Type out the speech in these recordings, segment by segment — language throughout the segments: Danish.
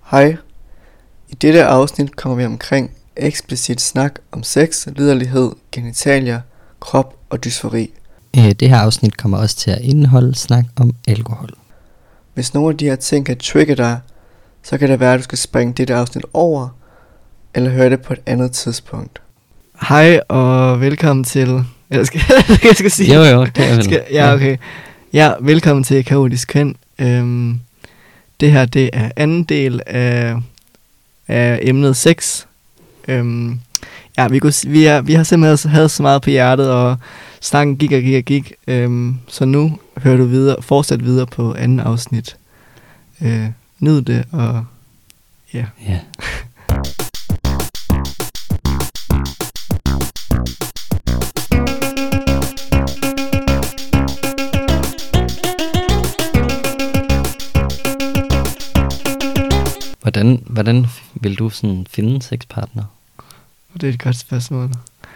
Hej. I dette afsnit kommer vi omkring eksplicit snak om sex, liderlighed, genitalier, krop og dysfori. Det her afsnit kommer også til at indeholde snak om alkohol. Hvis nogle af de her ting kan trigge dig, så kan det være, at du skal springe dette afsnit over, eller høre det på et andet tidspunkt. Hej og velkommen til... Jeg skal sige... Jo, det er vel. Ja, okay. Ja, velkommen til Kaotisk Køn. Det her, det er anden del af emnet sex. Vi har simpelthen havde så meget på hjertet, og snakken gik. Så nu hører du fortsat videre på anden afsnit. Nyd det, og ja. Yeah. Hvordan vil du sådan finde en sexpartner? Det er et godt spørgsmål.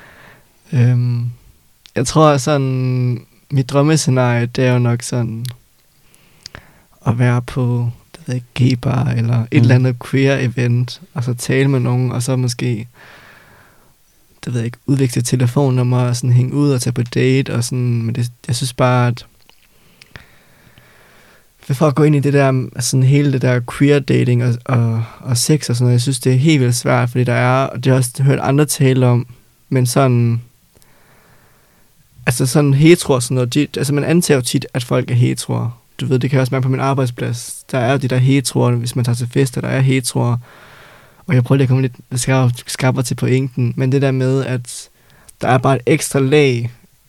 Jeg tror sådan, mit drømmescenarie, det er jo nok sådan, at være på, det ved jeg, gay-bar, eller et eller andet queer-event, og så tale med nogen, og så måske, det ved jeg ikke, udveksle telefonnummer, og sådan hænge ud og tage på date, og sådan, men jeg synes bare, at for at gå ind i det der, sådan hele det der queer dating og sex og sådan noget, jeg synes, det er helt vildt svært, fordi der er, og det har jeg også hørt andre tale om, men sådan, altså sådan hetero og sådan noget, altså man antager jo tit, at folk er heteroer. Du ved, det kan jeg også mærke på min arbejdsplads. Der er jo de der heteroer, hvis man tager til fester, der er heteroer, og jeg prøver lige at komme lidt skarpere til pointen, men det der med, at der er bare et ekstra lag,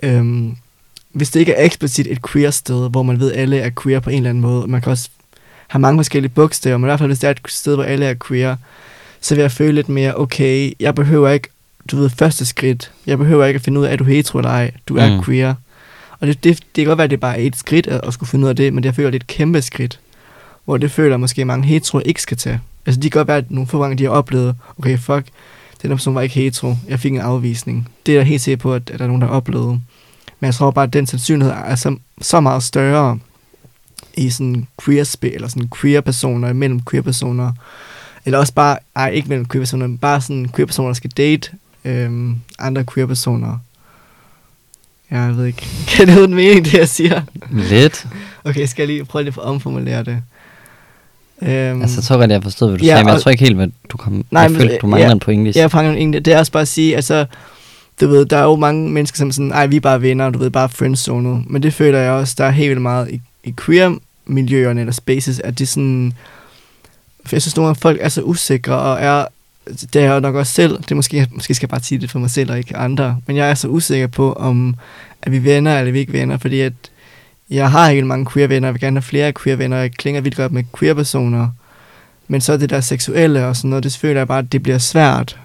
hvis det ikke er eksplicit et queer sted, hvor man ved, at alle er queer på en eller anden måde, man kan også have mange forskellige bogstaver, men i hvert fald, hvis det er et sted, hvor alle er queer, så vil jeg føle lidt mere, okay, jeg behøver ikke, du ved, første skridt, jeg behøver ikke at finde ud af, er du hetero eller ej, du er queer. Og det kan godt være, at det er bare et skridt at skulle finde ud af det, men jeg føler, at det er et kæmpe skridt, hvor det føler måske mange heteroer ikke skal tage. Altså, det kan godt være, at nogle få gange, de har oplevet, okay, fuck, den person var ikke hetero, jeg fik en afvisning. Det er jeg helt sikker på, at der er nogen, der har oplevet. Men jeg tror bare, at den sandsynlighed er så meget større i sådan queer-spil, eller sådan queer-personer, imellem queer-personer, eller også bare, ikke mellem queer-personer, men bare sådan queer-personer, der skal date andre queer-personer. Ja, jeg ved ikke. Kan det uden mening, det jeg siger? Lidt. Okay, skal jeg lige prøve at omformulere det? Altså, så godt, jeg forstod, hvad du sagde, men jeg tror ikke helt, hvad du kom... Jeg følte, du mangler en pointe. Jeg mangler en pointe. Det er også bare at sige, altså... Du ved, der er jo mange mennesker, som sådan, vi er bare venner, du ved, bare friendzone. Men det føler jeg også, der er helt vildt meget i queer-miljøerne eller spaces, at det sådan... For jeg synes, nogle af folk er så usikre, og det er jeg jo nok også selv, det måske skal jeg bare sige det for mig selv og ikke andre, men jeg er så usikker på, om er vi venner eller vi ikke venner, fordi at jeg har helt mange queer-venner, jeg vil gerne have flere queer-venner, jeg klinger vildt godt med queer-personer, men så det der seksuelle og sådan noget, det føler jeg bare, at det bliver svært.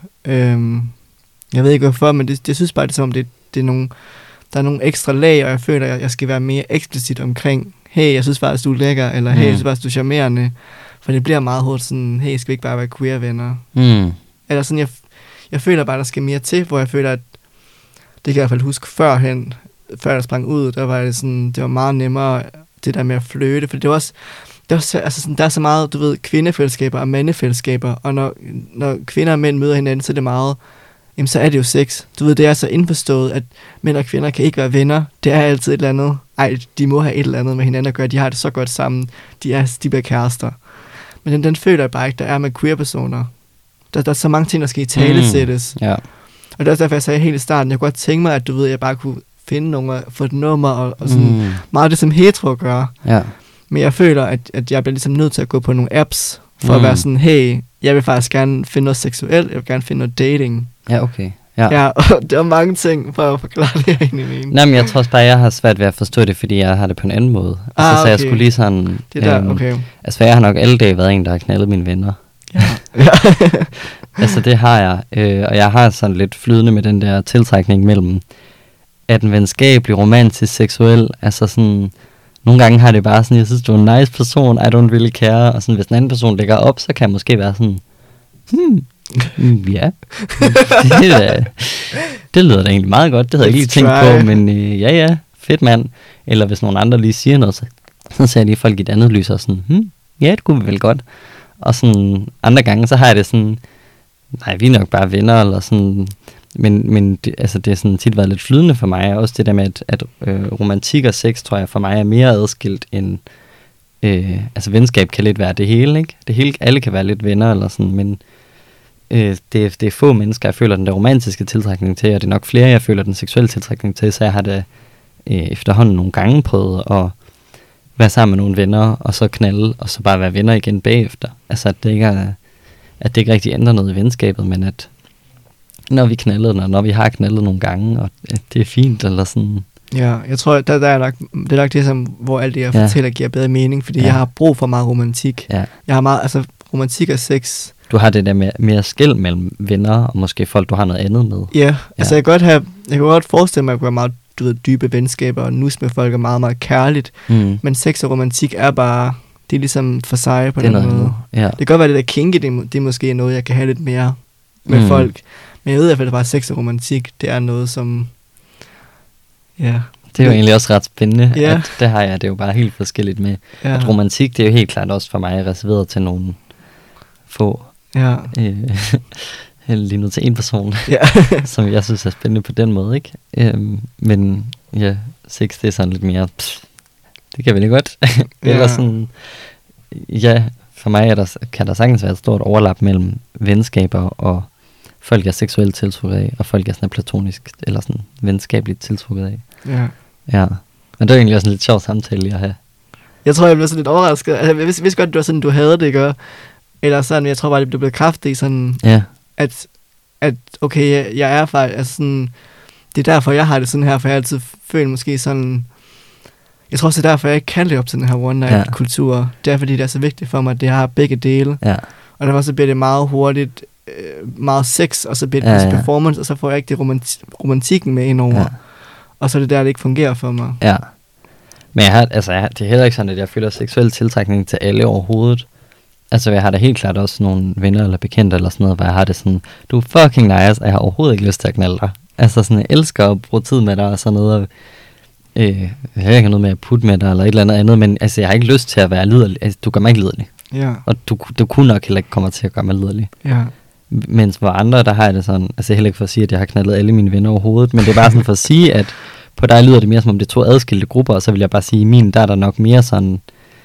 Jeg ved ikke hvorfor, men det synes bare, det er som om, det er nogle, der er nogle ekstra lag, og jeg føler, at jeg skal være mere eksplicit omkring, hey, jeg synes faktisk, du er lækker, eller hey, jeg synes faktisk, du er charmerende, for det bliver meget hurtigt sådan, hey, skal vi ikke bare være queer-venner? Eller sådan, jeg føler bare, der skal mere til, hvor jeg føler, at det kan jeg i hvert fald huske før jeg sprang ud, der var det sådan, det var meget nemmere, det der med at flirte, for det var også altså sådan, der er så meget, du ved, kvindefællesskaber og mandefællesskaber, og når kvinder og mænd møder hinanden, så er det meget, jamen så er det jo sex. Du ved, det er så indforstået, at mænd og kvinder kan ikke være venner. Det er altid et eller andet. De må have et eller andet med hinanden at gøre. De har det så godt sammen. De bliver kærester. Men den føler jeg bare ikke, der er med queer-personer. Der er så mange ting, der skal i talesættes. Ja. Og det er også derfor, jeg sagde helt i starten, jeg kunne godt tænke mig, at du ved, jeg bare kunne finde nogen og få et nummer, og sådan meget det, som hetero gør. Ja. Men jeg føler, at jeg bliver ligesom nødt til at gå på nogle apps, for at være sådan, hey, jeg vil faktisk gerne finde noget seksuelt, jeg vil gerne finde noget dating. Ja, okay. Ja, og det er mange ting for at forklare det, jeg egentlig mener. Nej, men jeg tror også bare, jeg har svært ved at forstå det, fordi jeg har det på en anden måde. Altså, okay. Så jeg skulle lige sådan... Det der, okay. Altså, jeg har nok alle dage været en, der har knaldet mine venner. Ja. Altså, det har jeg. Og jeg har sådan lidt flydende med den der tiltrækning mellem, at en venskabelig, romantisk, seksuel, altså sådan... Nogle gange har det bare sådan, jeg synes, du er en nice person, I don't really care. Og sådan, hvis en anden person lægger op, så kan jeg måske være sådan... Ja, det lyder da egentlig meget godt. Det havde jeg ikke lige tænkt på, men ja, fedt mand. Eller hvis nogen andre lige siger noget, så ser jeg lige folk i et andet lys og sådan, ja, det kunne vi vel godt. Og sådan andre gange, så har jeg det sådan, nej, vi er nok bare venner, eller sådan, men det, altså det er sådan tit været lidt flydende for mig, også det der med, at romantik og sex, tror jeg, for mig er mere adskilt end, altså venskab kan lidt være det hele, ikke? Det hele, alle kan være lidt venner, eller sådan, men det er få mennesker, jeg føler den der romantiske tiltrækning til, og det er nok flere, jeg føler den seksuelle tiltrækning til, så jeg har det efterhånden nogle gange prøvet at være sammen med nogle venner, og så knalde, og så bare være venner igen bagefter. Altså, at det ikke rigtig ændrer noget i venskabet, men at når vi knaldede, og når vi har knaldet nogle gange, og det er fint, eller sådan. Ja, jeg tror, det er nok det, som, hvor alt det, jeg fortæller, giver bedre mening, fordi jeg har brug for meget romantik. Ja. Jeg har meget, altså romantik og sex. Du har det der med mere skel mellem venner, og måske folk, du har noget andet med. Ja, altså jeg kan godt forestille mig, at jeg kunne have meget dybe venskaber, og nus med folk er meget, meget kærligt. Men sex og romantik er bare, det er ligesom for sig på den måde. Ja. Det kan godt være, det der kinky, det er måske noget, jeg kan have lidt mere med folk. Men jeg ved i hvert fald, at bare sex og romantik, det er noget, som... Ja. Det er jo egentlig også ret spændende, at det har jeg, det er jo bare helt forskelligt med. At romantik, det er jo helt klart også for mig reserveret til nogle få. Ja. Lige nu til en person, som jeg synes er spændende på den måde, ikke? Men ja, sex, det er sådan lidt mere, det kan vel ikke godt. Eller sådan, ja, for mig kan der sagtens være et stort overlap mellem venskaber og folk, jeg er seksuelt tiltrukket af, og folk, jeg er sådan platonisk, eller sådan venskabeligt tiltrukket af. Ja. Men det er egentlig også en lidt sjov samtale at have. Jeg tror, jeg blev sådan lidt overrasket. Altså, jeg vidste godt, det var sådan, du havde det, ikke? Eller sådan, jeg tror bare, det blev kraftigt sådan, at okay, jeg er faktisk, altså sådan, det er derfor, jeg har det sådan her, for jeg altid føler måske sådan, jeg tror også, det er derfor, jeg ikke kan leve op til den her one-night-kultur. Det er, fordi det er så vigtigt for mig, at det har begge dele. Ja. Og derfor så bliver det meget hurtigt, meget sex, og så bliver det performance, og så får jeg ikke det romantikken med indover. Ja. Og så er det der, det ikke fungerer for mig. Ja. Men det er heller ikke sådan, at jeg føler seksuel tiltrækning til alle overhovedet. Altså, jeg har da helt klart også nogle venner eller bekendte eller sådan noget, hvor jeg har det sådan, du er fucking nice, og jeg har overhovedet ikke lyst til at knalde dig. Altså sådan, jeg elsker at bruge tid med dig og sådan noget, og jeg har ikke noget med at putte med dig eller et eller andet, men altså, jeg har ikke lyst til at være liderlig. Altså, du gør mig ikke liderlig. Ja. Og du kunne nok heller ikke komme til at gøre mig liderlig. Ja. Mens for andre, der har jeg det sådan, altså heller ikke for at sige, at jeg har knaldet alle mine venner overhovedet, men det er bare sådan for at sige, at på dig lyder det mere som om det er to adskilte grupper, og så vil jeg bare sige, min, der er der nok mere sådan,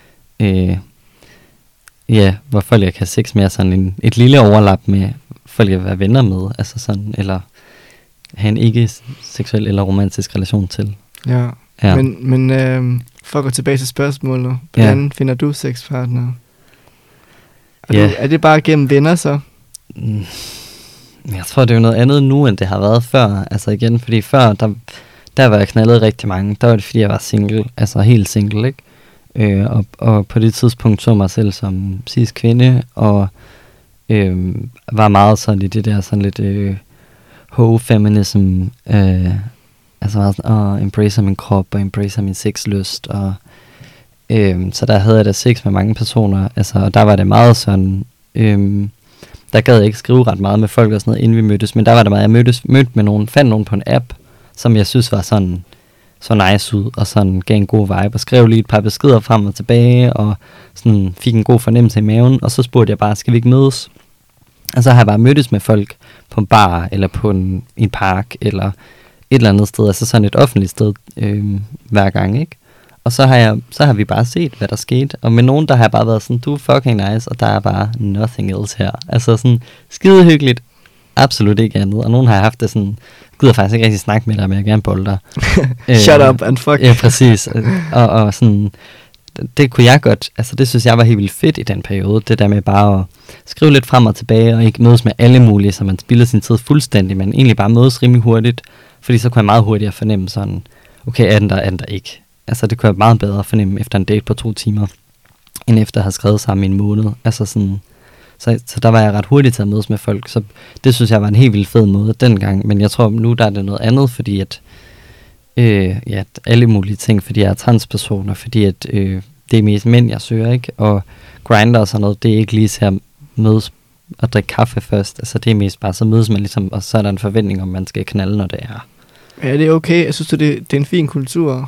hvor folk jeg kan have sex mere sådan et lille overlap med folk jeg vil være venner med, altså sådan, eller have en ikke seksuel eller romantisk relation til. Ja. Men for at gå tilbage til spørgsmålet, hvordan finder du sexpartner? Er det bare gennem venner så? Jeg tror, det er jo noget andet nu, end det har været før. Altså igen, fordi før, der var jeg knaldet rigtig mange. Der var det, fordi jeg var single, altså helt single, ikke? Og på det tidspunkt så mig selv som cis-kvinde, og var meget sådan i det der sådan lidt ho-feminism, altså meget sådan, embracer min krop, og embracer min sexlyst, og så der havde jeg da sex med mange personer, altså, og der var det meget sådan, der gad jeg ikke skrive ret meget med folk og sådan noget, inden vi mødtes, men der var det meget, jeg mødte med nogen, fandt nogen på en app, som jeg synes var sådan, så nice ud, og sådan gav en god vibe, og skrev lige et par beskeder frem og tilbage, og sådan fik en god fornemmelse i maven, og så spurgte jeg bare, skal vi ikke mødes? Og så har jeg bare mødtes med folk på en bar, eller på en park, eller et eller andet sted, altså sådan et offentligt sted hver gang, ikke? Og så har vi bare set, hvad der skete. Og med nogen, der har jeg bare været sådan, du er fucking nice, og der er bare nothing else her. Altså sådan, skide hyggeligt, absolut ikke andet. Og nogen har jeg haft det sådan, gider faktisk ikke rigtig snakke med dig, men jeg gerne bolle dig. Shut up and fuck. Ja, præcis. Og sådan, det kunne jeg godt, altså det synes jeg var helt vildt fedt i den periode. Det der med bare at skrive lidt frem og tilbage, og ikke mødes med alle mulige, så man spilder sin tid fuldstændig, men egentlig bare mødes rimelig hurtigt. Fordi så kunne jeg meget hurtigt fornemme sådan, okay, er den der ikke? Altså det kunne jeg meget bedre fornemme efter en date på 2 timer, end efter at have skrevet sammen i en måned. Altså sådan, så der var jeg ret hurtigt til at mødes med folk, så det synes jeg var en helt vildt fed måde dengang. Men jeg tror nu der er det noget andet, fordi at alle mulige ting, fordi jeg er transperson, og fordi at det er mest mænd jeg søger, ikke? Og Grindr og sådan noget, det er ikke lige til at mødes og drikke kaffe først. Altså det er mest bare, så mødes man ligesom, og så er der en forventning om, man skal knalde, når det er. Ja, det er okay. Jeg synes, det er en fin kultur.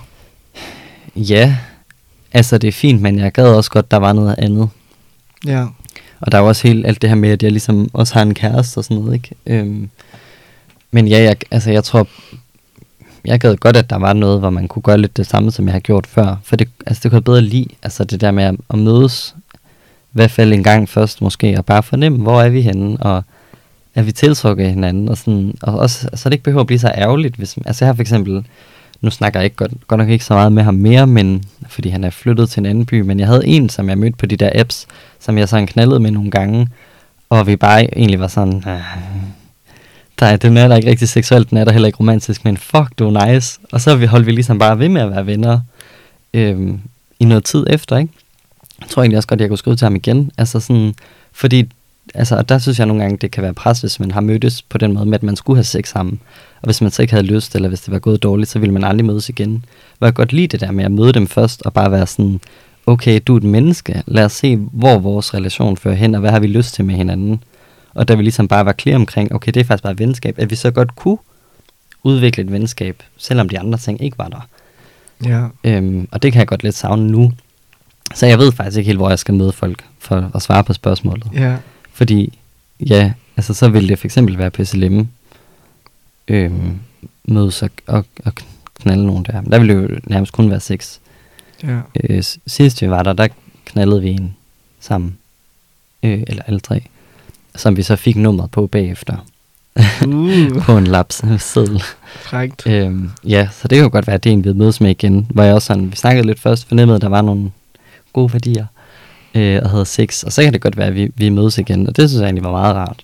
Ja, altså det er fint, men jeg gad også godt, der var noget andet. Ja. Og der er jo også helt alt det her med, at jeg ligesom også har en kæreste og sådan noget, ikke? Men ja, jeg tror, jeg gad godt, at der var noget, hvor man kunne gøre lidt det samme, som jeg har gjort før. For det kunne jeg bedre lide, altså det der med at mødes, i hvert fald en gang først måske, og bare fornemme, hvor er vi henne, og er vi tiltrukket af hinanden, og sådan, og også, så det ikke behøver at blive så ærgerligt, hvis, altså jeg har for eksempel, nu snakker jeg ikke godt nok ikke så meget med ham mere, men, fordi han er flyttet til en anden by, men jeg havde en, som jeg mødte på de der apps, som jeg sådan knaldede med nogle gange, og vi bare egentlig var sådan, den er der ikke rigtig seksuelt, den er der heller ikke romantisk, men fuck, du er nice. Og så holdt vi ligesom bare ved med at være venner i noget tid efter, ikke? Jeg tror egentlig også godt, jeg kunne skrive til ham igen. Altså sådan, fordi, altså, og der synes jeg nogle gange, det kan være pres, hvis man har mødtes på den måde med, at man skulle have sex sammen. Og hvis man så ikke havde lyst, eller hvis det var gået dårligt, så ville man aldrig mødes igen. Hvor jeg godt lide det der med at møde dem først, og bare være sådan, okay, du er et menneske, lad os se, hvor vores relation fører hen, og hvad har vi lyst til med hinanden. Og der vi ligesom bare var clear omkring, okay, det er faktisk bare et venskab, at vi så godt kunne udvikle et venskab, selvom de andre ting ikke var der. Ja. Og det kan jeg godt lidt savne nu. Så jeg ved faktisk ikke helt, hvor jeg skal møde folk for at svare på spørgsmålet. Ja. Fordi, ja, altså så ville det for eksempel være PSLM mødes og knalde nogen der. Men der ville det jo nærmest kun være sex. Ja. Sidst vi var der knaldede vi en sammen. Eller alle tre. Som vi så fik nummeret på bagefter. På en lapseddel. Frækt. Ja, så det kan jo godt være, at det er en, vi mødes med igen. Hvor jeg også sådan, vi snakkede lidt først, fornemmede, at der var nogle gode værdier. Og havde sex. Og så kan det godt være, at vi mødes igen. Og det synes jeg egentlig var meget rart.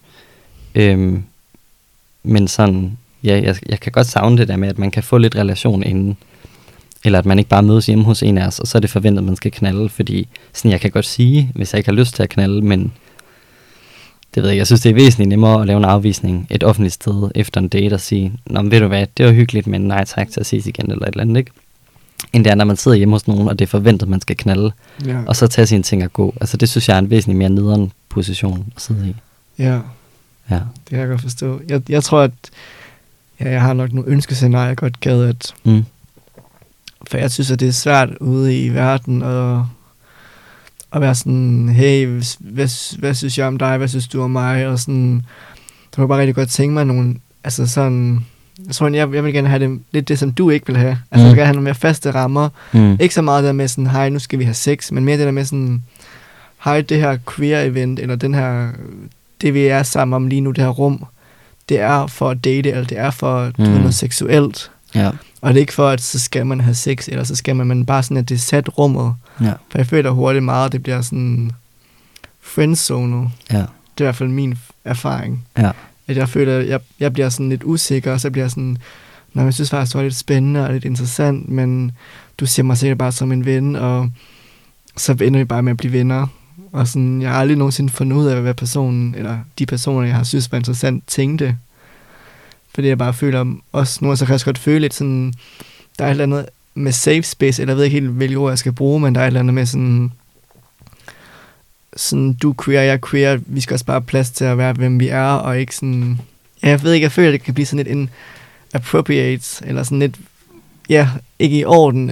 Men sådan, ja, jeg kan godt savne det der med, at man kan få lidt relation inden. Eller at man ikke bare mødes hjemme hos en af os, og så er det forventet, at man skal knalde. Fordi sådan, jeg kan godt sige, hvis jeg ikke har lyst til at knalde, men det ved jeg synes, det er væsentligt nemmere at lave en afvisning et offentligt sted efter en date og sige, nå, men ved du hvad, det var hyggeligt, men nej tak til at ses igen eller et eller andet, ikke? End det er, når man sidder hjemme hos nogen, og det er forventet, at man skal knalde, og så tage sine ting og gå. Altså det synes jeg er en væsentlig mere nederen position at sidde i. Ja, det kan jeg godt forstå. Jeg tror, at jeg har nok nogle ønskescenarier, jeg godt gad at... For jeg synes, at det er svært ude i verden at være sådan, hey, hvad synes jeg om dig, hvad synes du om mig, og sådan, det var bare rigtig godt tænke mig nogle, altså sådan, jeg tror, jeg vil gerne have lidt det, som du ikke vil have, altså jeg vil gerne have nogle mere faste rammer, ikke så meget der med sådan, hej, nu skal vi have sex, men mere det der med sådan, hej, det her queer event, eller den her, det vi er sammen om lige nu, det her rum, det er for at date, eller det er for noget seksuelt, og det er ikke for, at så skal man have sex, eller så skal man bare sådan, at det er sat rummet. Ja. For jeg føler hurtigt meget, det bliver sådan friendzone. Ja. Det er i hvert fald min erfaring. Ja. At jeg føler, at jeg bliver sådan lidt usikker, og så bliver jeg sådan, når jeg synes faktisk, det var lidt spændende og lidt interessant, men du ser mig sikkert bare som en ven, og så ender vi bare med at blive venner. Og sådan, jeg har aldrig nogensinde fundet ud af, hvad personen, eller de personer, jeg har synes var interessant, tænkte. Fordi jeg bare føler, også nu så kan jeg godt føle lidt sådan, der er et eller andet med safe space, eller jeg ved ikke helt, hvilke ord jeg skal bruge, men der er et eller andet med sådan du er queer, jeg er queer, vi skal også bare have plads til at være, hvem vi er, og ikke sådan, jeg ved ikke, jeg føler, at det kan blive sådan lidt inappropriate, eller sådan lidt, ikke i orden,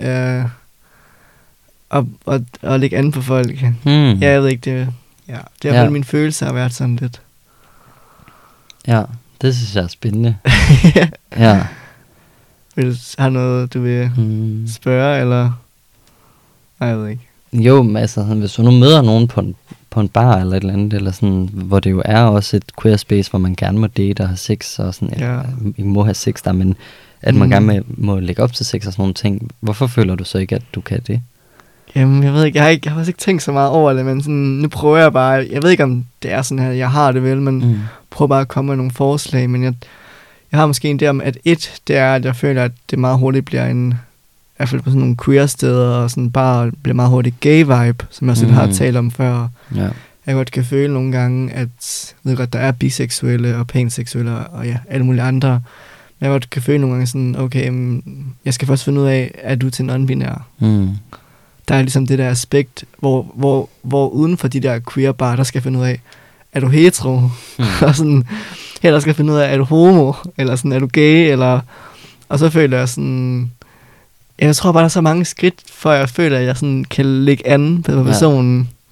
at lægge an på folk. Jeg ved ikke, det har min følelse har været sådan lidt. Ja. Det synes jeg er spændende. Ja. Vil du have noget, du vil spørge, eller? Nej, jeg ved ikke. Jo, men altså, hvis du nu møder nogen på en bar eller et eller andet, eller sådan, hvor det jo er også et queer space, hvor man gerne må date og have sex, og sådan, I må have sex der, men at man gerne må lægge op til sex og sådan nogle ting. Hvorfor føler du så ikke, at du kan det? Jamen, jeg ved ikke, jeg har også ikke tænkt så meget over det, men sådan, nu prøver jeg bare, jeg ved ikke, om det er sådan her, jeg har det vel, men prøver bare at komme med nogle forslag, men jeg har måske en idé om, at det er, at jeg føler, at det meget hurtigt bliver i hvert fald på sådan nogle queer-steder, og sådan bare bliver meget hurtigt gay-vibe, som jeg også har talt om før. Ja. Jeg godt kan føle nogle gange, at jeg ved godt, der er biseksuelle og panseksuelle, og alle mulige andre, men jeg godt kan føle nogle gange sådan, okay, jeg skal først finde ud af, er du til non-binær? Der er ligesom det der aspekt, hvor uden for de der queer bar, der skal finde ud af, er du hetero? Og sådan, eller skal finde ud af, er du homo? Eller sådan, er du gay? Eller, og så føler jeg sådan, jeg tror bare, der er så mange skridt, før jeg føler, at jeg sådan kan lægge an på personen.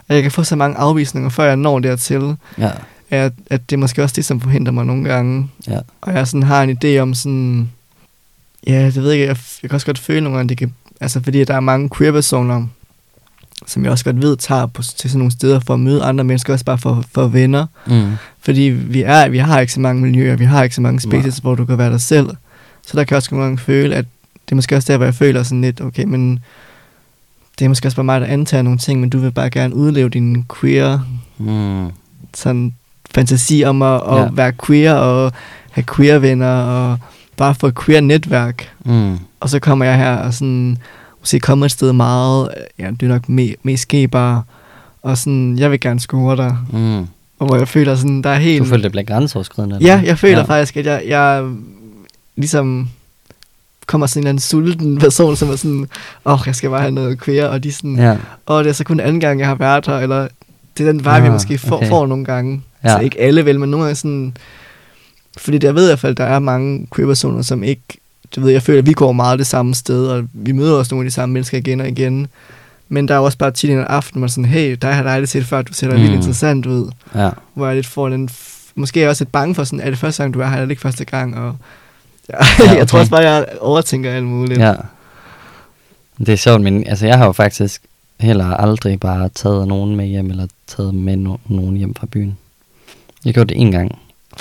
Og jeg kan få så mange afvisninger, før jeg når dertil. Ja. At det er måske også det, som forhindrer mig nogle gange. Ja. Og jeg sådan har en idé om sådan... Ja, det ved jeg ikke. Jeg kan også godt føle nogle gange, det kan... Altså, fordi der er mange queer-personer, som jeg også godt ved, tager til sådan nogle steder for at møde andre mennesker, også bare for venner. Fordi vi har ikke så mange miljøer, vi har ikke så mange spaces, hvor du kan være dig selv. Så der kan jeg også nogle gange føle, at det er måske også der, hvor jeg føler sådan lidt, okay, men det er måske også bare mig, der antager nogle ting, men du vil bare gerne udleve din queer sådan fantasi om at være queer og have queer venner og bare få et queer netværk. Og så kommer jeg her og sådan måske kommer et sted meget, ja, det er nok mest bare og sådan, jeg vil gerne score dig. Og hvor jeg føler sådan, der er helt... Du føler, det bliver grænseoverskridende? Ja, jeg føler faktisk, at jeg ligesom kommer sådan en eller anden sulten person, som er sådan, jeg skal bare have noget queer, og de sådan, det er så kun anden gang, jeg har været her, eller det er den vibe, jeg måske får nogle gange. Ja. Så ikke alle vel, men nogle gange sådan, fordi jeg ved i hvert fald, der er mange queer-personer, som ikke, jeg føler, at vi går meget det samme sted, og vi møder også nogle af de samme mennesker igen og igen. Men der er også bare tit en aften, hvor sådan, hey, dig har jeg aldrig set før, du ser dig vildt interessant ud. Ja. Hvor jeg lidt får den, måske er jeg også lidt bange for sådan, er det første gang, du er her, eller ikke første gang, og okay. Jeg tror også bare, jeg overtænker alt muligt. Ja. Det er sjovt, men altså, jeg har jo faktisk heller aldrig bare taget nogen med hjem, eller taget med nogen hjem fra byen. Jeg gjorde det en gang.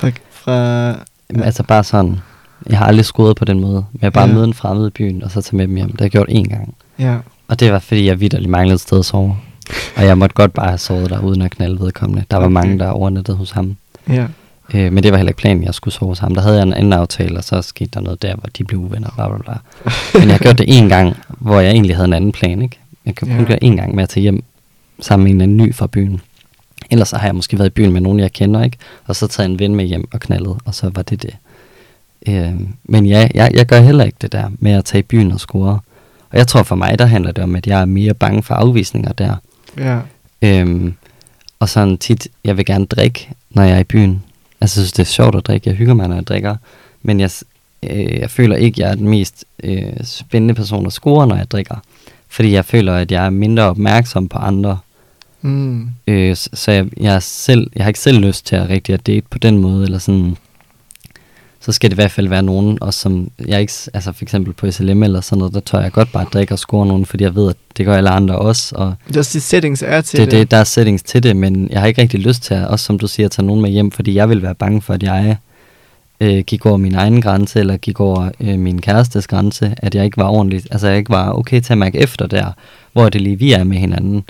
Altså bare sådan, jeg har aldrig skudt på den måde, men jeg bare møde en fremmed i byen, og så tage med dem hjem. Det har jeg gjort en gang. Ja. Og det var, fordi jeg vitterligt manglede et sted at sove. Og jeg måtte godt bare have sovet der, uden at knalde vedkommende. Der var mange, der overnattede hos ham. Ja. Men det var heller ikke planen, jeg skulle sove hos ham. Der havde jeg en anden aftale, og så skete der noget der, hvor de blev uvenner. Bla bla bla. Men jeg gjorde det en gang, hvor jeg egentlig havde en anden plan, ikke? Jeg kunne kun gøre en gang med at tage hjem sammen med en anden ny fra byen. Ellers så har jeg måske været i byen med nogen, jeg kender, ikke? Og så taget en ven med hjem og knaldet, og så var det det. Men ja, jeg gør heller ikke det der med at tage i byen og score. Og jeg tror for mig, der handler det om, at jeg er mere bange for afvisninger der. Ja. Og sådan tit, jeg vil gerne drikke, når jeg er i byen. Altså, jeg synes, det er sjovt at drikke. Jeg hygger mig, når jeg drikker. Men jeg føler ikke, jeg er den mest spændende person at score, når jeg drikker. Fordi jeg føler, at jeg er mindre opmærksom på andre. Så jeg har ikke selv lyst til at rigtig at date på den måde, eller sådan. Så skal det i hvert fald være nogen, også som jeg ikke, altså for eksempel på SLM eller sådan noget, der tør jeg godt bare drikke og score nogen, fordi jeg ved, at det gør alle andre også. Og det er også de settings er til det. Der er settings til det, men jeg har ikke rigtig lyst til at, også som du siger, at tage nogen med hjem, fordi jeg vil være bange for, at jeg gik over min egen grænse, eller gik over min kærestes grænse, at jeg ikke var ordentligt, altså jeg ikke var okay til at mærke efter der, hvor det lige vi er med hinanden.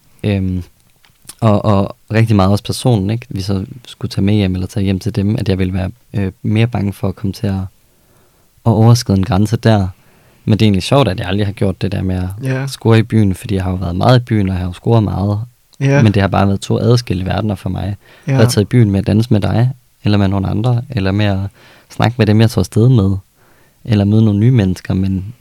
Og rigtig meget også personen, ikke? Vi så skulle tage med hjem eller tage hjem til dem, at jeg ville være mere bange for at komme til at overskride en grænse der. Men det er egentlig sjovt, at jeg aldrig har gjort det der med at score i byen, fordi jeg har jo været meget i byen, og jeg har jo scoret meget. Yeah. Men det har bare været 2 adskilte verdener for mig. Jeg har taget i byen med at danse med dig, eller med nogle andre, eller med at snakke med dem, jeg tager afsted med, eller møde nogle nye mennesker, men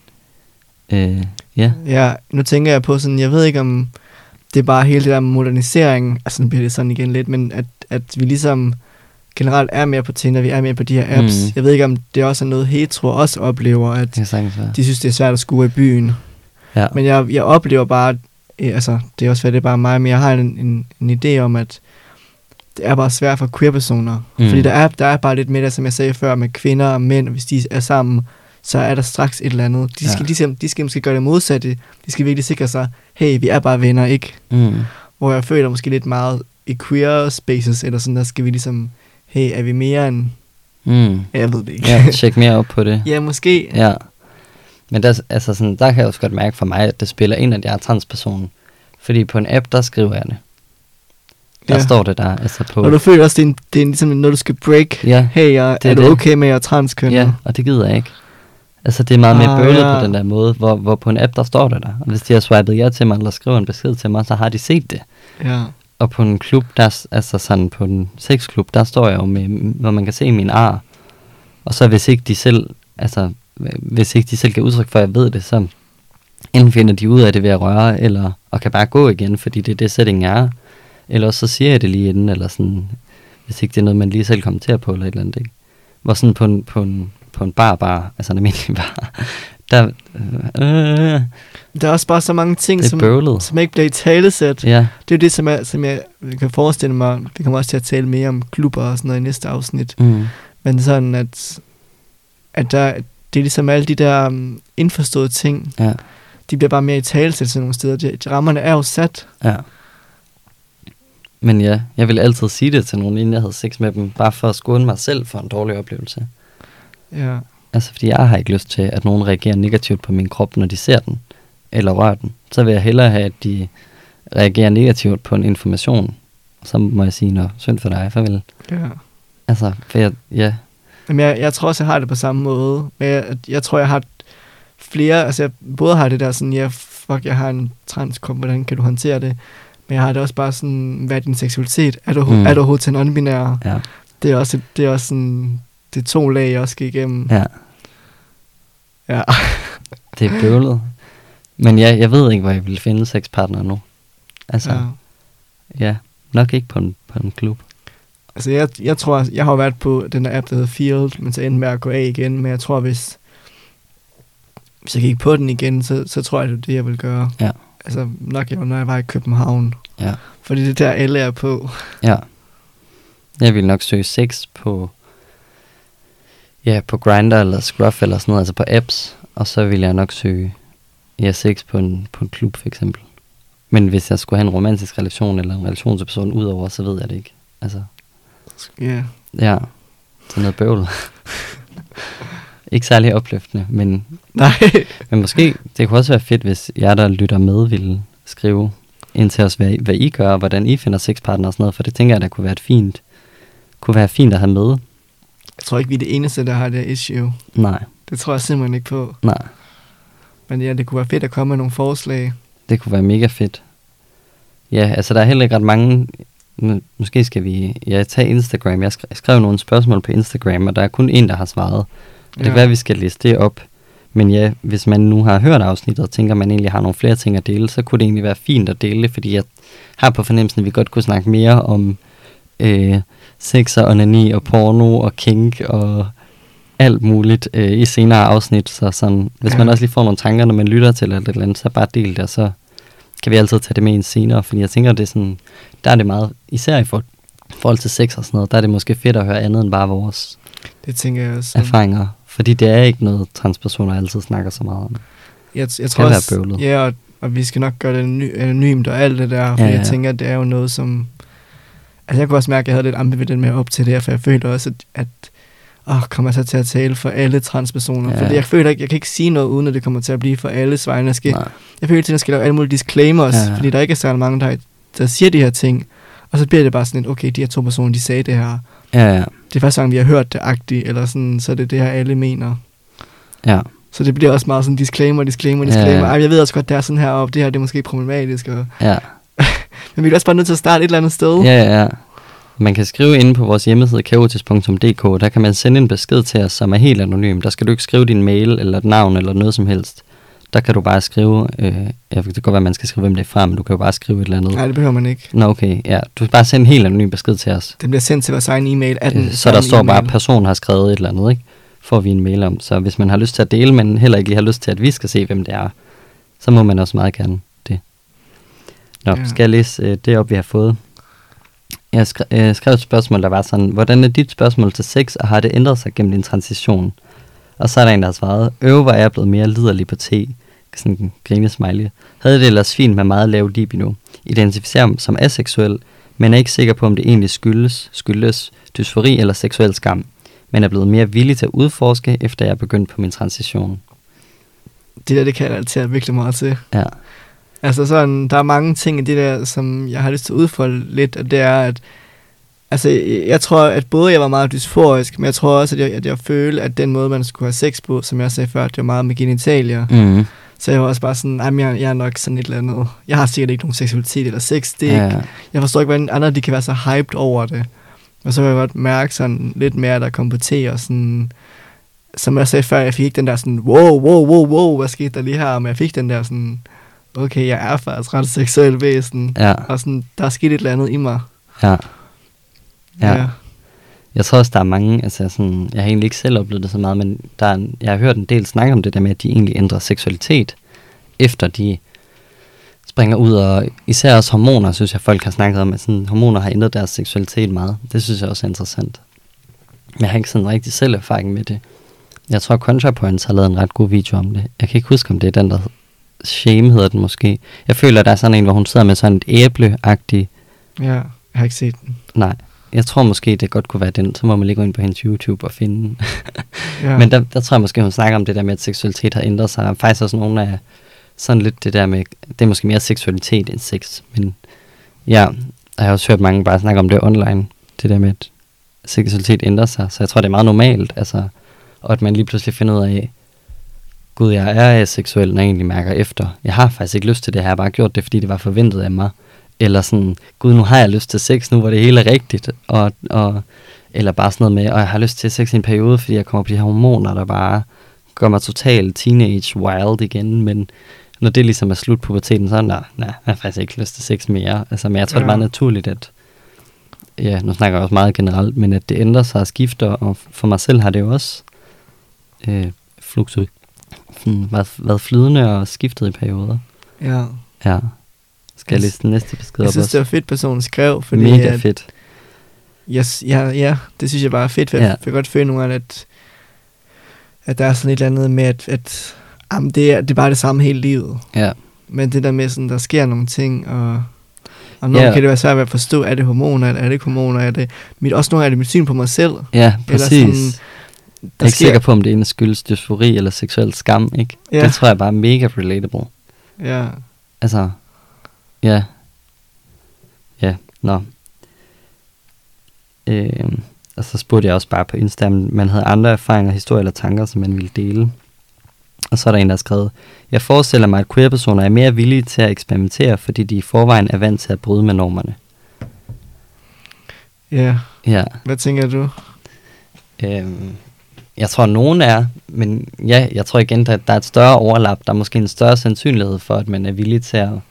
Ja, nu tænker jeg på sådan, jeg ved ikke om det er bare hele det der modernisering, altså nu bliver det sådan igen lidt, men at vi ligesom generelt er mere på Tinder, vi er mere på de her apps. Jeg ved ikke, om det også er noget hetero også oplever, at de synes, det er svært at skue i byen. Ja. Men jeg oplever bare, altså det er også hvad det er bare mig, men jeg har en idé om, at det er bare svært for queer-personer. Fordi der er bare lidt mere, som jeg sagde før, med kvinder og mænd, hvis de er sammen, så er der straks et eller andet. De skal måske gøre det modsatte. De skal virkelig sikre sig, hey, vi er bare venner, ikke? Hvor jeg føler måske lidt meget i queer spaces, eller sådan, der skal vi ligesom, hey, er vi mere end... Jeg ved det ikke. Ja, tjek mere op på det. Ja, måske. Ja. Men der, altså sådan, der kan jeg også godt mærke for mig, at det spiller ind, at jeg er transperson. Fordi på en app, der skriver jeg det. Der står det der, altså på... Og du føler også, det er ligesom, når du skal break, hey, er du okay med at være transkønnet? Ja, og det gider jeg ikke. Altså, det er meget mere bøvlet på den der måde, hvor på en app, der står det der. Og hvis de har swipet ja til mig, eller skriver en besked til mig, så har de set det. Ja. Og på en klub, altså sådan på en sexklub, der står jeg jo med, hvor man kan se min ar. Og så hvis ikke de selv kan udtrykke for, at jeg ved det, så enten finder de ud af det ved at røre, eller og kan bare gå igen, fordi det er det setting er. Eller også så siger jeg det lige inden, eller sådan, hvis ikke det er noget, man lige selv kommenterer på, eller et eller andet, ikke? Hvor sådan på en bar, altså en almindelig bar, Der, Der er også bare så mange ting, det er bøvlet. som ikke bliver i talesæt. Ja, Det er jo det, som jeg kan forestille mig. Vi kommer også til at tale mere om klubber og sådan noget i næste afsnit. Men sådan, at det er ligesom alle de der indforståede ting, ja, de bliver bare mere i talesæt sådan nogle steder. De rammerne er jo sat. ja. Men ja, jeg vil altid sige det til nogen, inden jeg havde sex med dem, bare for at skåne mig selv for en dårlig oplevelse. Ja. Altså, fordi jeg har ikke lyst til, at nogen reagerer negativt på min krop, når de ser den, eller rører den. Så vil jeg hellere have, at de reagerer negativt på en information. Så må jeg sige, synd for dig, farvel. Ja. Altså, for Jamen, jeg tror også, jeg har det på samme måde. Men jeg tror, jeg har flere... Altså, jeg både har det der sådan, jeg har en transkrop, hvordan kan du håndtere det? Men jeg har det også bare sådan, hvad er din seksualitet? Er du overhovedet til en non-binær? Ja. Det er også sådan... Det er 2 lag, jeg også skal igennem. Ja. Ja. Det er bøvlet. Men ja, jeg ved ikke, hvor jeg vil finde sexpartner nu. Altså, ja, nok ikke på en klub. Altså, jeg tror, jeg har været på den der app, der hedder Field, men så endte med at gå af igen. Men jeg tror, hvis jeg gik på den igen, så tror jeg, det er det, jeg vil gøre. Ja. Altså, nok når jeg var i København. Ja. Fordi det der alle er på. Ja. Jeg vil nok søge sex på Grindr eller Scruff eller sådan noget, altså på apps. Og så vil jeg nok søge sex på en klub, for eksempel. Men hvis jeg skulle have en romantisk relation eller en relation til personen udover, så ved jeg det ikke. Altså. Ja. Ja. Sådan noget bøvl. Ikke særlig opløftende, men... Nej. Men måske, det kunne også være fedt, hvis jer, der lytter med, ville skrive ind til os, hvad I gør, og hvordan I finder sexpartner og sådan noget, for det tænker jeg, der kunne være fint at have med. Jeg tror ikke, vi er det eneste, der har det issue. Nej. Det tror jeg simpelthen ikke på. Nej. Men ja, det kunne være fedt at komme med nogle forslag. Det kunne være mega fedt. Ja, altså der er heller ikke ret mange... Måske skal vi tage Instagram. Jeg skrev nogle spørgsmål på Instagram, og der er kun en, der har svaret. Det kan være, at vi skal liste det op. Men ja, hvis man nu har hørt afsnittet og tænker, at man egentlig har nogle flere ting at dele, så kunne det egentlig være fint at dele det, fordi jeg har på fornemmelsen, at vi godt kunne snakke mere om sex og onani og porno og kink og alt muligt i senere afsnit. Så sådan, hvis man også lige får nogle tanker, når man lytter til eller et eller andet, så bare del det, og så kan vi altid tage det med ind senere. Fordi jeg tænker, det er sådan, der er det meget, især i forhold til sex og sådan noget, der er det måske fedt at høre andet end bare vores tænker jeg også. Erfaringer. Fordi det er ikke noget, transpersoner altid snakker så meget om. Jeg tror også, ja, og vi skal nok gøre det anonymt og alt det der, for jeg tænker, det er jo noget, som... Altså, jeg kunne også mærke, at jeg havde lidt ambivalent med op til det her, for jeg følte også, at kommer jeg så til at tale for alle transpersoner? Fordi jeg føler ikke, jeg kan ikke sige noget, uden at det kommer til at blive for alles vegne. Jeg føler til, at jeg skal lave alle mulige disclaimers, fordi der ikke er så mange, der siger de her ting. Og så bliver det bare sådan et, okay, de her 2 personer, de sagde det her. Ja. Det er første gang, vi har hørt det agtigt, eller sådan, så er det her, alle mener. Ja. Så det bliver også meget sådan disclaimer. Ej, jeg ved også godt, det er sådan her, og det her, det er måske problematisk. Og men vi er også bare nødt til at starte et eller andet sted. Ja. Man kan skrive inde på vores hjemmeside, kaotisk.dk, der kan man sende en besked til os, som er helt anonym. Der skal du ikke skrive din mail, eller et navn, eller noget som helst. Der kan du bare skrive, det kan godt være, at man skal skrive, hvem det er fra, men du kan jo bare skrive et eller andet. Nej, det behøver man ikke. Nå, okay, ja. Du skal bare sende en helt anonym besked til os. Det bliver sendt til vores egen e-mail. Så der står bare, at personen har skrevet et eller andet, ikke? Får vi en mail om. Så hvis man har lyst til at dele, men heller ikke lige har lyst til, at vi skal se, hvem det er, så må man også meget gerne det. Nå, skal jeg læse det op, vi har fået? Jeg skrev et spørgsmål, der var sådan, hvordan er dit spørgsmål til sex, og har det ændret sig gennem din transition? Og så er der en, der har svaret, hvor er jeg blevet mere liderlig på te. Sådan en grinesmiley. Havde det ellers fint med meget lav libido. Identificerer mig som aseksuel, men er ikke sikker på, om det egentlig skyldes dysfori eller seksuel skam, men er blevet mere villig til at udforske, efter jeg er begyndt på min transition. Det kan jeg relatere virkelig meget til. Ja. Altså sådan, der er mange ting i det der, som jeg har lyst til at udfolde lidt, og det er, at altså, jeg tror, at både jeg var meget dysforisk, men jeg tror også, at jeg følte, at den måde, man skulle have sex på, som jeg sagde før, det var meget med genitalier. Mm. Så jeg var også bare sådan, jeg er nok sådan et eller andet. Jeg har sikkert ikke nogen seksualitet eller sex. Det er ikke, jeg forstår ikke, hvordan andre de kan være så hyped over det. Og så kan jeg godt mærke sådan lidt mere, der kom på te, og sådan, som jeg sagde før, jeg fik ikke den der sådan, wow, hvad skete der lige her? Men jeg fik den der sådan, okay, jeg er faktisk ret seksuel væsen. Ja. Og sådan, der er sket et eller andet i mig. Ja. Jeg tror også, der er mange, altså sådan, jeg har egentlig ikke selv oplevet det så meget, men jeg har hørt en del snakke om det der med, at de egentlig ændrer seksualitet, efter de springer ud, og især også hormoner, synes jeg, folk har snakket om, at sådan, hormoner har ændret deres seksualitet meget. Det synes jeg også er interessant. Men jeg har ikke sådan rigtig selv erfaring med det. Jeg tror, ContraPoints har lavet en ret god video om det. Jeg kan ikke huske, om det er den, der Shame hedder den måske. Jeg føler, der er sådan en, hvor hun sidder med sådan et æble-agtigt. Ja, jeg har ikke set den. Nej, jeg tror måske, det godt kunne være den. Så må man lige gå ind på hendes YouTube og finde den. Ja. Men der tror jeg måske, hun snakker om det der med, at seksualitet har ændret sig. Faktisk også nogle af sådan lidt det der med, det er måske mere seksualitet end sex. Men ja, jeg har også hørt mange bare snakke om det online. Det der med, at seksualitet ændrer sig. Så jeg tror, det er meget normalt. Altså, og at man lige pludselig finder ud af, gud, jeg er aseksuel, når jeg egentlig mærker efter. Jeg har faktisk ikke lyst til det her. Jeg har bare gjort det, fordi det var forventet af mig. Eller sådan, gud, nu har jeg lyst til sex, nu hvor det hele er rigtigt. Eller bare sådan noget med, og jeg har lyst til sex i en periode, fordi jeg kommer på de her hormoner, der bare gør mig totalt teenage wild igen. Men når det ligesom er slut på puberteten, så nej, jeg har faktisk ikke lyst til sex mere. Altså, men jeg tror, det er meget naturligt, at ja, nu snakker jeg også meget generelt, men at det ændrer sig og skifter, og for mig selv har det jo også været flydende og skiftet i perioder. Ja. Ja. Skal jeg læse den næste besked op også? Jeg synes, det var fedt, personen skrev, fordi mega fedt. Ja, det synes jeg bare er fedt, for jeg kan godt føle nogle gange, at der er sådan et eller andet med, at det er bare det samme hele livet. Ja. Men det der med, sådan, der sker nogle ting, og nogle kan det være svært at forstå, er det hormoner, er det ikke hormoner, er det også nogle af det mit syn på mig selv. Ja, præcis. Sådan, jeg er ikke sikker på, om det ene skyldes dysfori eller seksuel skam, ikke? Ja. Det tror jeg bare er mega relatable. Ja. Altså, ja. Ja, nå. Og så spurgte jeg også bare på Insta, om man havde andre erfaringer, historier eller tanker, som man ville dele. Og så er der en, der har skrevet, jeg forestiller mig, at queer-personer er mere villige til at eksperimentere, fordi de i forvejen er vant til at bryde med normerne. Ja. Ja. Hvad tænker du? Jeg tror, nogen er, men ja, jeg tror igen, at der er et større overlap. Der er måske en større sandsynlighed for, at man er villig til at,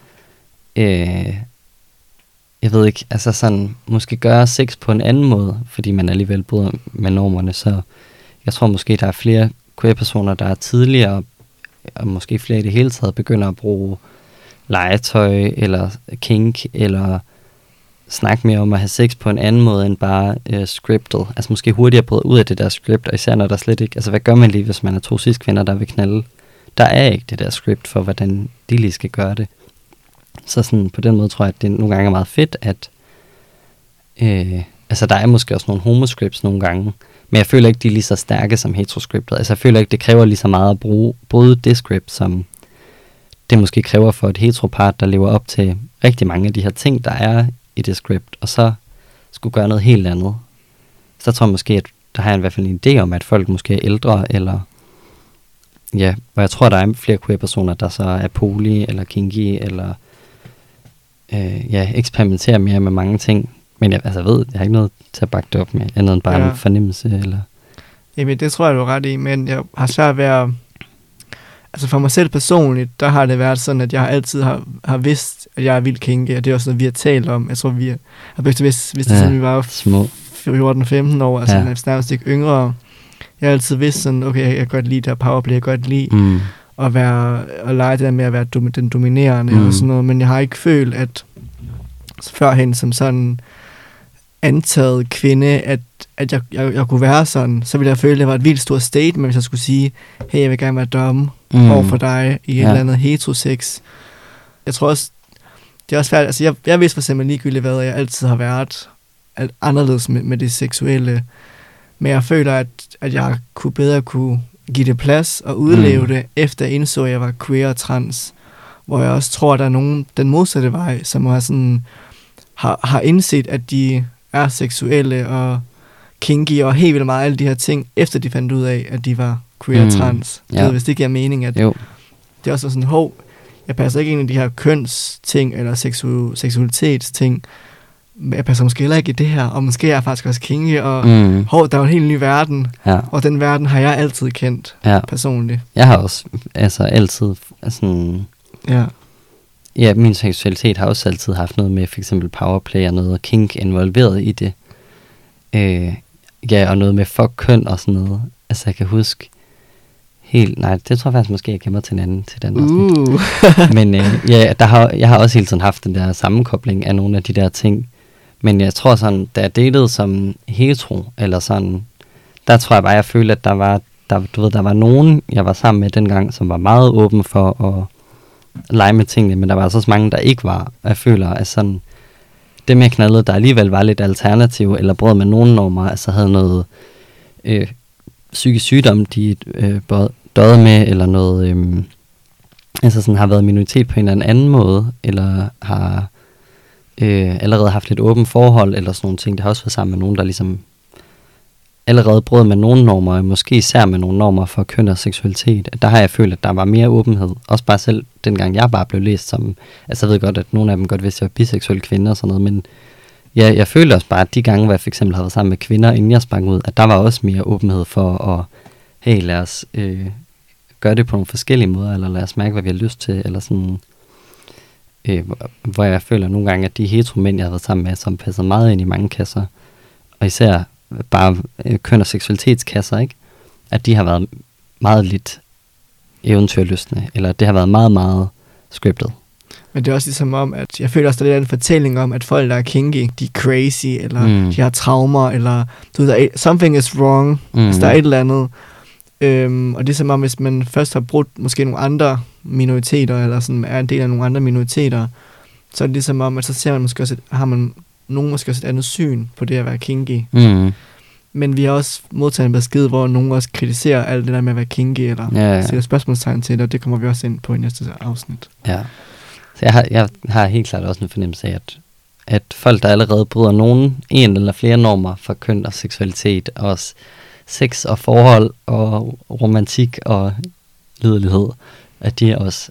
jeg ved ikke, altså sådan, måske gøre sex på en anden måde, fordi man alligevel bryder med normerne. Så jeg tror måske, der er flere queer-personer, der er tidligere, og måske flere i det hele taget, begynder at bruge legetøj, eller kink, eller snakke mere om at have sex på en anden måde, end bare scriptet. Altså måske hurtigere bryde ud af det der script, og især når der slet ikke, altså hvad gør man lige, hvis man er 2 cis-kvinder, der vil knalde? Der er ikke det der script for, hvordan de lige skal gøre det. Så sådan, på den måde tror jeg, at det nogle gange er meget fedt, at altså der er måske også nogle homoscripts nogle gange, men jeg føler ikke, de er lige så stærke som heteroscriptet. Altså jeg føler ikke, det kræver lige så meget at bruge både det script, som det måske kræver for et heteropart, der lever op til rigtig mange af de her ting, der er i det script, og så skulle gøre noget helt andet. Så tror jeg måske, at der har jeg i hvert fald en idé om, at folk måske er ældre, eller ja, og jeg tror, der er flere queer-personer, der så er poly, eller kinky, eller eksperimenterer mere med mange ting. Men jeg har ikke noget til at bakke det op med, andet end bare en fornemmelse, eller... Jamen, det tror jeg, du er ret i, men jeg har svært ved at... Altså for mig selv personligt, der har det været sådan, at jeg altid har vidst, at jeg er vildt kinky, og det er også noget, vi har talt om. Jeg tror, vi har begge vidst det, siden vi var 14-15 år, altså nærmest ikke yngre. Jeg har altid vidst sådan, okay, jeg kan godt lide det her powerplay, jeg kan godt lide at lege det der med at være den dominerende og sådan noget, men jeg har ikke følt, at førhen som sådan antaget kvinde, at jeg kunne være sådan, så ville jeg føle, at det var et vildt stort statement, hvis jeg skulle sige, hey, jeg vil gerne være dom over for dig i et eller andet heterosex. Jeg tror også, det er også færdigt, altså jeg vidste for eksempel ligegyldigt, hvad jeg altid har været anderledes med det seksuelle, men jeg føler, at jeg bedre kunne give det plads og udleve det, efter jeg indså, at jeg var queer og trans, hvor jeg også tror, at der er nogen den modsatte vej, som har indset, at de er seksuelle og kinky og helt vildt meget alle de her ting, efter de fandt ud af, at de var queer og trans. Ja. Hvis det giver mening, at det er også sådan, jeg passer ikke ind i de her kønsting eller seksualitetsting, men jeg passer måske heller ikke i det her, og måske er jeg faktisk også kinky, og der er en helt ny verden, og den verden har jeg altid kendt personligt. Jeg har også altid sådan... Ja, min seksualitet har også altid haft noget med for eksempel powerplay og noget kink involveret i det. Ja, og noget med fuck køn og sådan noget. Altså, jeg kan huske helt... Nej, det tror jeg faktisk måske, jeg gemmer til en anden til den afsnit. Men ja, jeg har også hele tiden haft den der sammenkobling af nogle af de der ting. Men jeg tror sådan, da jeg datede som hetero, eller sådan, der tror jeg bare, jeg følte, at der var nogen, jeg var sammen med dengang, som var meget åben for at lege med tingene, men der var altså også mange, der ikke var. Jeg føler, at sådan, dem jeg knaldede, der alligevel var lidt alternativ, eller brød med nogle normer, altså havde noget psykisk sygdom, de døde med, eller noget, altså sådan har været minoritet på en eller anden måde, eller har allerede haft et åbent forhold, eller sådan nogle ting. Det har også været sammen med nogen, der ligesom allerede brød med nogle normer, måske især med nogle normer for køn og seksualitet. Der har jeg følt, at der var mere åbenhed. Også bare selv, dengang jeg bare blev læst som... Altså jeg ved godt, at nogle af dem godt vidste, at jeg var biseksuel kvinde og sådan noget, men ja, jeg følte også bare, at de gange, hvor jeg for eksempel havde været sammen med kvinder, inden jeg sprang ud, at der var også mere åbenhed for at, hey, lad os gøre det på nogle forskellige måder, eller lad os mærke, hvad vi har lyst til, eller sådan... hvor jeg føler nogle gange, at de heteromænd, jeg har været sammen med, som passer meget ind i mange kasser, og især bare køn- og seksualitetskasser, ikke? At de har været meget lidt eventyrlystne, eller det har været meget, meget scriptet. Men det er også ligesom om, at jeg føler også, der er en fortælling om, at folk, der er kinky, de er crazy, eller de har traumer, eller du ved, something is wrong, altså der er et eller andet. Og det er som om, hvis man først har brudt måske nogle andre minoriteter, eller sådan er en del af nogle andre minoriteter, så er det ligesom om, at så ser man måske også, nogen måske også et andet syn på det at være kinky. Men vi har også modtaget en besked, hvor nogen også kritiserer alt det der med at være kinky, eller sætter spørgsmålstegn til det, og det kommer vi også ind på i næste afsnit. Ja, så jeg har helt klart også en fornemmelse af, at folk, der allerede bryder en eller flere normer for køn og seksualitet, og også sex og forhold og romantik og liderlighed, at de også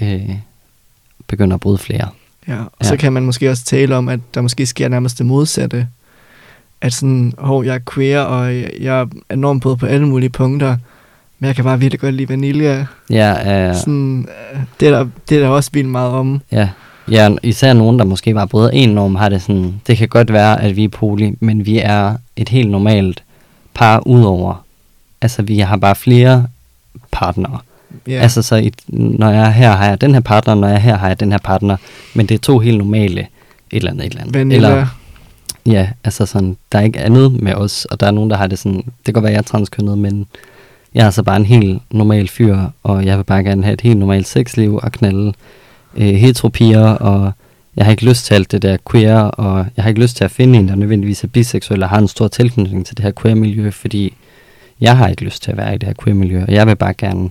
begynder at bryde flere. Ja, og så kan man måske også tale om, at der måske sker nærmest det modsatte. At sådan, jeg er queer, og jeg er enormt både på alle mulige punkter, men jeg kan bare virkelig godt lide vanilje. Sådan, det er der også vildt meget om. Ja, især nogen, der måske bare bryder en norm, har det sådan, det kan godt være, at vi er poly, men vi er et helt normalt par udover. Altså, vi har bare flere partnere. Altså, så når jeg er her, har jeg den her partner, når jeg er her, har jeg den her partner, men det er to helt normale et eller andet. Vanilla. Eller, ja, altså sådan, der er ikke andet med os, og der er nogen, der har det sådan, det kan godt være, jeg er transkønnet, men jeg er altså bare en helt normal fyr, og jeg vil bare gerne have et helt normalt sexliv og knalde heteropiger, og jeg har ikke lyst til alt det der queer, og jeg har ikke lyst til at finde en, der nødvendigvis er biseksuel, og har en stor tilknytning til det her queer-miljø, fordi jeg har ikke lyst til at være i det her queer-miljø, og jeg vil bare gerne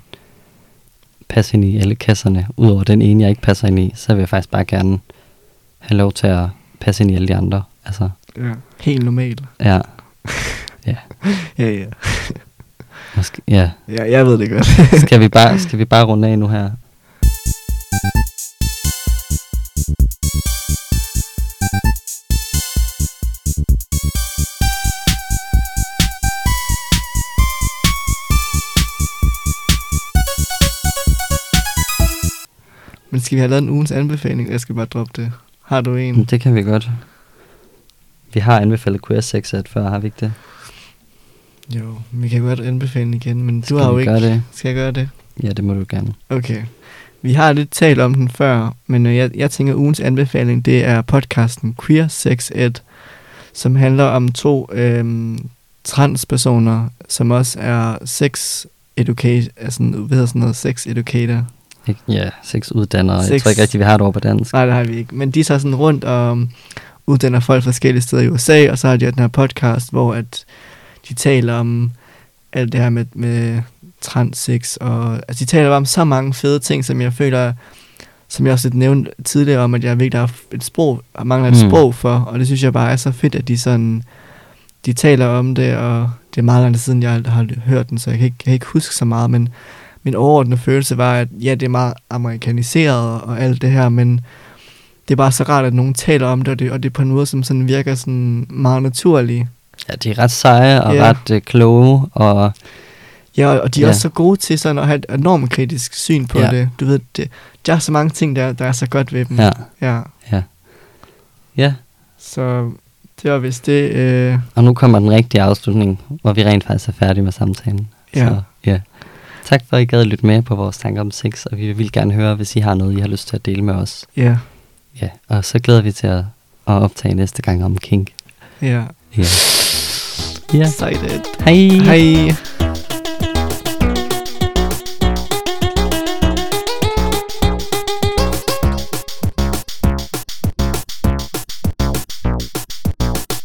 passe ind i alle kasserne, udover den ene, jeg ikke passer ind i, så vil jeg faktisk bare gerne have lov til at passe ind i alle de andre. Altså. Ja, helt normalt. Ja. Ja. Måske, ja. Ja, jeg ved det godt. skal vi bare runde af nu her? Men skal vi have lavet en ugens anbefaling? Jeg skal bare droppe det. Har du en? Det kan vi godt. Vi har anbefalet Queer Sexet før, har vi ikke det? Jo, vi kan godt anbefale den igen, men du har jo ikke... Det? Skal jeg gøre det? Ja, det må du gerne. Okay. Vi har lidt talt om den før, men jeg tænker, at ugens anbefaling, det er podcasten Queer Sexet, som handler om 2 transpersoner, som også er sex educator, sex educator. Ja, sexuddannere. Jeg tror ikke rigtig, vi har det over på dansk. Nej, det har vi ikke. Men de er så sådan rundt og uddanner folk forskellige steder i USA, og så har de den her podcast, hvor at de taler om alt det her med transsex, og altså de taler om så mange fede ting, som jeg føler, som jeg også nævnte tidligere om, at jeg virkelig har et sprog, og mangler et sprog for, og det synes jeg bare er så fedt, at de taler om det, og det er meget lang tid siden, jeg har hørt den, så jeg kan ikke huske så meget, men min overordnede følelse var, at ja, det er meget amerikaniseret og alt det her, men det er bare så rart, at nogen taler om det, og det på en måde, som sådan virker sådan meget naturligt. Ja, de er ret seje og ret kloge, og... Ja, og de er også så gode til sådan at have et enormt kritisk syn på det. Du ved, der er så mange ting, der er så godt ved dem. Ja. Så Det var vist det. Og nu kommer den rigtige afslutning, hvor vi rent faktisk er færdige med samtalen. Ja. Så, ja. Tak for, at I gad at lytte med på vores tanker om sex, og vi vil gerne høre, hvis I har noget, I har lyst til at dele med os. Ja. Ja, og så glæder vi til at optage næste gang om kink. Ja. Ja. Excited. Hej. Hej.